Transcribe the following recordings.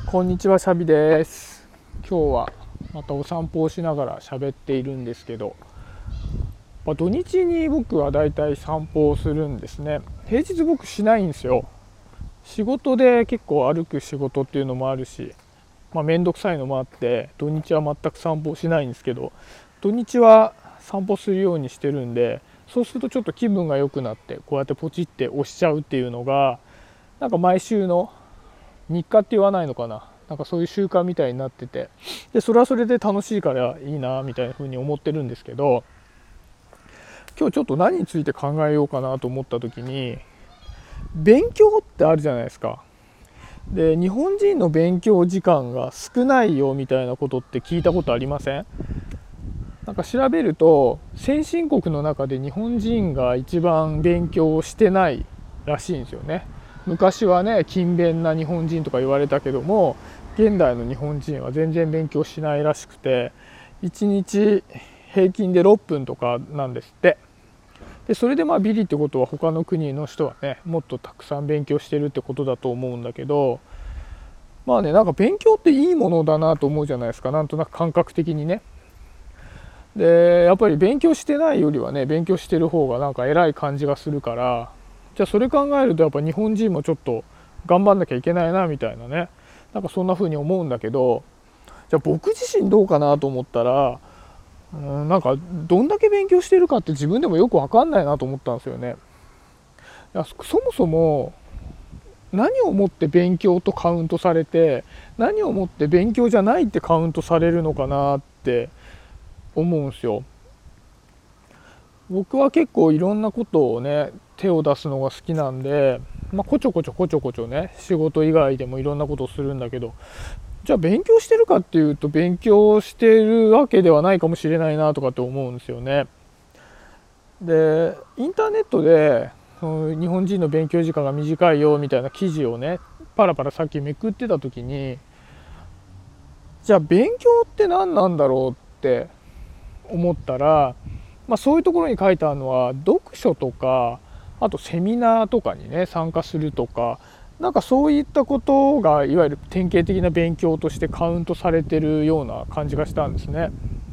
こんにちは、シャビです。今日はまたお散歩をしながら喋っているんですけど、土日に僕はだいたい散歩をするんですね。平日僕しないんですよ。仕事で結構歩く仕事っていうのもあるし、めんどくさいのもあって土日は全く散歩をしないんですけど、土日は散歩するようにしてるんで、そうするとちょっと気分が良くなってこうやってポチって押しちゃうっていうのがなんか毎週の日課って言わないのかな、なんかそういう習慣みたいになってて、でそれはそれで楽しいからいいなみたいな風に思ってるんですけど、今日ちょっと何について考えようかなと思った時に、勉強ってあるじゃないですか。で日本人の勉強時間が少ないよみたいなことって聞いたことありません？なんか調べると先進国の中で日本人が一番勉強をしてないらしいんですよね。昔はね、勤勉な日本人とか言われたけども、現代の日本人は全然勉強しないらしくて、1日平均で6分とかなんですって。でそれでビリってことは他の国の人はね、もっとたくさん勉強してるってことだと思うんだけど、なんか勉強っていいものだなと思うじゃないですか、なんとなく感覚的にね。でやっぱり勉強してないよりはね、勉強してる方がなんか偉い感じがするから、じゃあそれ考えるとやっぱ日本人もちょっと頑張んなきゃいけないなみたいなね、なんかそんな風に思うんだけど、じゃあ僕自身どうかなと思ったら、なんかどんだけ勉強してるかって自分でもよく分かんないなと思ったんですよね。いや、そもそも何をもって勉強とカウントされて、何をもって勉強じゃないってカウントされるのかなって思うんですよ。僕は結構いろんなことをね手を出すのが好きなんで、こちょこちょね、仕事以外でもいろんなことをするんだけど、じゃあ勉強してるかっていうと勉強してるわけではないかもしれないなとかって思うんですよね。でインターネットで日本人の勉強時間が短いよみたいな記事をねパラパラさっきめくってた時に、じゃあ勉強って何なんだろうって思ったら、そういうところに書いてあるのは読書とか、あとセミナーとかにね参加するとか、なんかそういったことがいわゆる典型的な勉強としてカウントされてるような感じがしたんですね。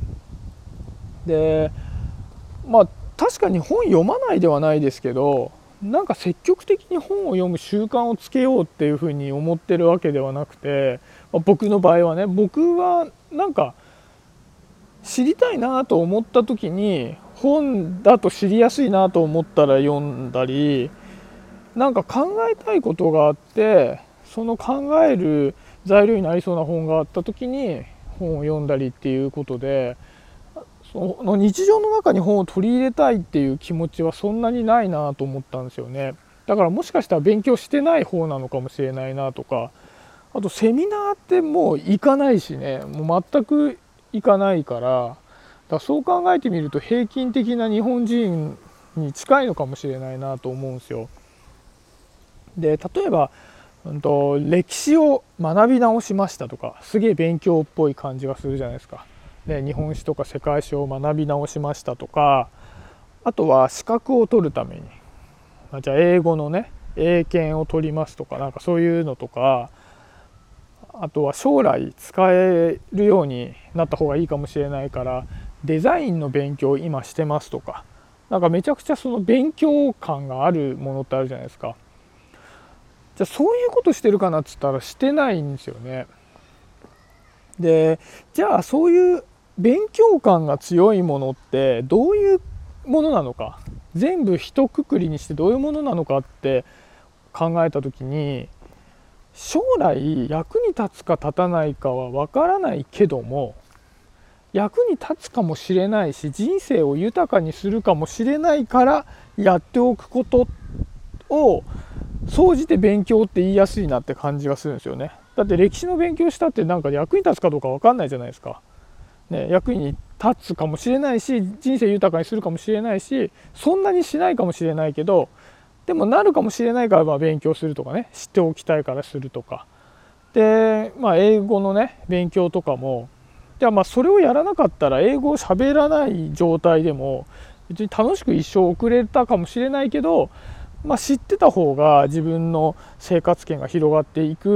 で確かに本読まないではないですけど、なんか積極的に本を読む習慣をつけようっていうふうに思ってるわけではなくて、僕の場合はね、僕はなんか知りたいなと思った時に本だと知りやすいなと思ったら読んだり、なんか考えたいことがあってその考える材料になりそうな本があった時に本を読んだりっていうことで、その日常の中に本を取り入れたいっていう気持ちはそんなにないなと思ったんですよね。だからもしかしたら勉強してない方なのかもしれないなとか、あとセミナーってもう行かないしね、もう全く行かないから、そう考えてみると平均的な日本人に近いのかもしれないなと思うんですよ。で例えば、歴史を学び直しましたとか、すげえ勉強っぽい感じがするじゃないですか。で日本史とか世界史を学び直しましたとか、あとは資格を取るために、じゃあ英語のね英検を取りますとか、なんかそういうのとか、あとは将来使えるようになった方がいいかもしれないからデザインの勉強を今してますとか、なんかめちゃくちゃその勉強感があるものってあるじゃないですか。じゃあそういうことしてるかなっつったらしてないんですよね。でじゃあそういう勉強感が強いものってどういうものなのか、全部一括りにしてどういうものなのかって考えた時に、将来役に立つか立たないかは分からないけども、役に立つかもしれないし人生を豊かにするかもしれないからやっておくことを総じて勉強って言いやすいなって感じがするんですよね。だって歴史の勉強したってなんか役に立つかどうか分かんないじゃないですか、ね、役に立つかもしれないし人生豊かにするかもしれないし、そんなにしないかもしれないけどでもなるかもしれないから勉強するとかね、知っておきたいからするとかで、英語のね勉強とかも、じゃあそれをやらなかったら英語を喋らない状態でも別に楽しく一生送れたかもしれないけど、知ってた方が自分の生活圏が広がっていく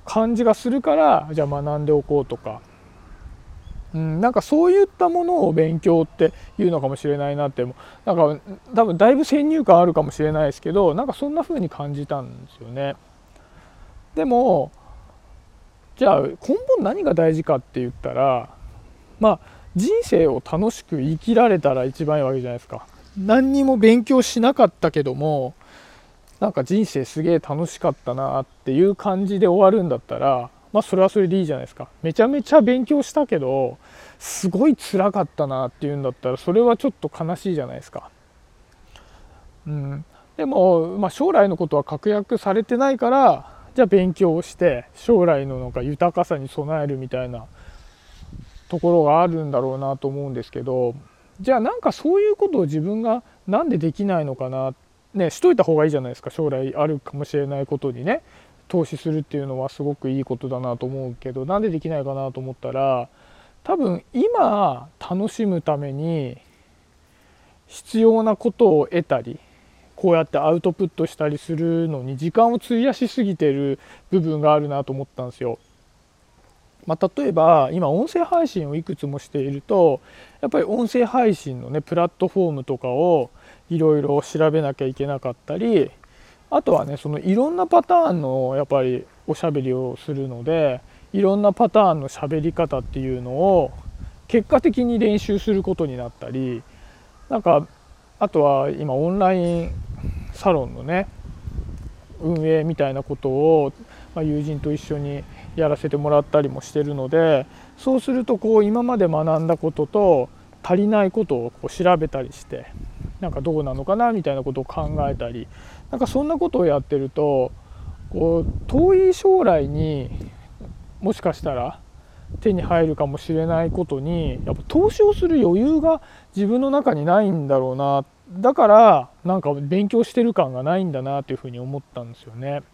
感じがするから、じゃあ学んでおこうとか、なんかそういったものを勉強っていうのかもしれないなって、なんか多分だいぶ先入観あるかもしれないですけど、なんかそんな風に感じたんですよね。でもじゃあ根本何が大事かって言ったら、人生を楽しく生きられたら一番いいわけじゃないですか。何にも勉強しなかったけども、なんか人生すげえ楽しかったなっていう感じで終わるんだったら、それはそれでいいじゃないですか。めちゃめちゃ勉強したけどすごい辛かったなっていうんだったら、それはちょっと悲しいじゃないですか。でも、将来のことは確約されてないから、じゃあ勉強をして将来のなんか豊かさに備えるみたいなところがあるんだろうなと思うんですけど、じゃあなんかそういうことを自分がなんでできないのかな、しといた方がいいじゃないですか。将来あるかもしれないことにね投資するっていうのはすごくいいことだなと思うけど、なんでできないかなと思ったら、多分今楽しむために必要なことを得たり、こうやってアウトプットしたりするのに時間を費やしすぎてる部分があるなと思ったんですよ。例えば今音声配信をいくつもしていると、やっぱり音声配信のねプラットフォームとかをいろいろ調べなきゃいけなかったり、あとはねそのいろんなパターンのやっぱりおしゃべりをするので、いろんなパターンのしゃべり方っていうのを結果的に練習することになったり、なんかあとは今オンラインサロンのね運営みたいなことを、友人と一緒にやらせてもらったりもしてるので、そうするとこう今まで学んだことと足りないことをこう調べたりして、なんかどうなのかなみたいなことを考えたり、なんかそんなことをやってると、こう遠い将来にもしかしたら手に入るかもしれないことにやっぱ投資をする余裕が自分の中にないんだろうな、だからなんか勉強してる感がないんだなというふうに思ったんですよね。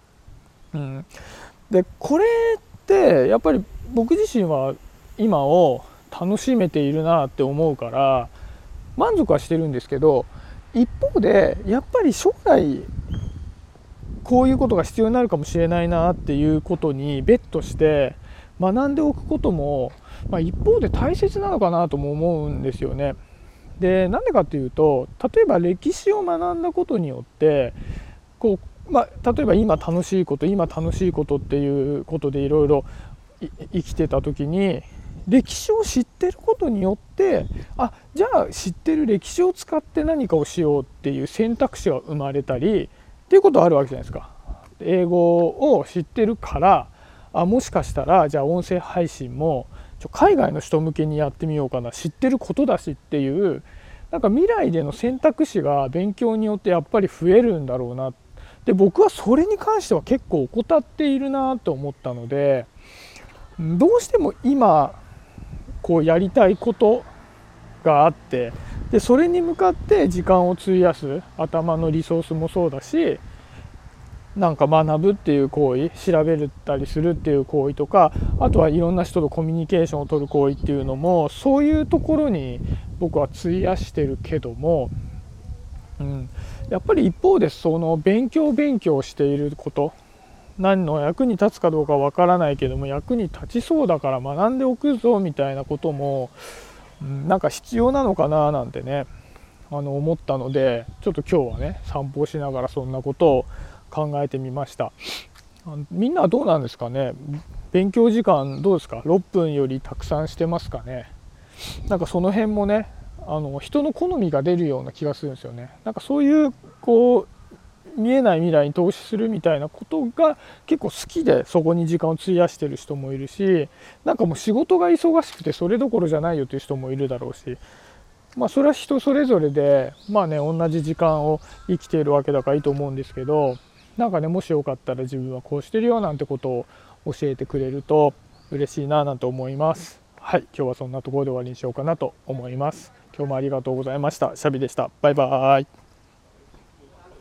でこれってやっぱり僕自身は今を楽しめているなって思うから満足はしてるんですけど、一方でやっぱり将来こういうことが必要になるかもしれないなっていうことにベットして学んでおくことも、一方で大切なのかなとも思うんですよね。でなんでかっていうと、例えば歴史を学んだことによってこう、例えば今楽しいことっていうことでいろいろ生きてた時に、歴史を知ってることによって、じゃあ知ってる歴史を使って何かをしようっていう選択肢が生まれたりっていうことはあるわけじゃないですか。英語を知ってるから、もしかしたらじゃあ音声配信も海外の人向けにやってみようかな、知ってることだしっていう、なんか未来での選択肢が勉強によってやっぱり増えるんだろうな。で僕はそれに関しては結構怠っているなと思ったので、どうしても今こうやりたいことがあって、でそれに向かって時間を費やす頭のリソースもそうだし、なんか学ぶっていう行為、調べたりするっていう行為とか、あとはいろんな人とコミュニケーションを取る行為っていうのも、そういうところに僕は費やしてるけども、やっぱり一方でその勉強していること、何の役に立つかどうかわからないけども役に立ちそうだから学んでおくぞみたいなことも、なんか必要なのかななんてね思ったので、ちょっと今日はね散歩をしながらそんなことを考えてみました。みんなはどうなんですかね。勉強時間どうですか。6分よりたくさんしてますかね。なんかその辺もね人の好みが出るような気がするんですよね。なんかそういうこう見えない未来に投資するみたいなことが結構好きで、そこに時間を費やしてる人もいるし、なんかもう仕事が忙しくてそれどころじゃないよという人もいるだろうし、それは人それぞれで同じ時間を生きているわけだからいいと思うんですけど、なんかねもしよかったら自分はこうしてるよなんてことを教えてくれると嬉しいななんて思います。はい、今日はそんなところで終わりにしようかなと思います。今日もありがとうございました。シャビでした。バイバーイ。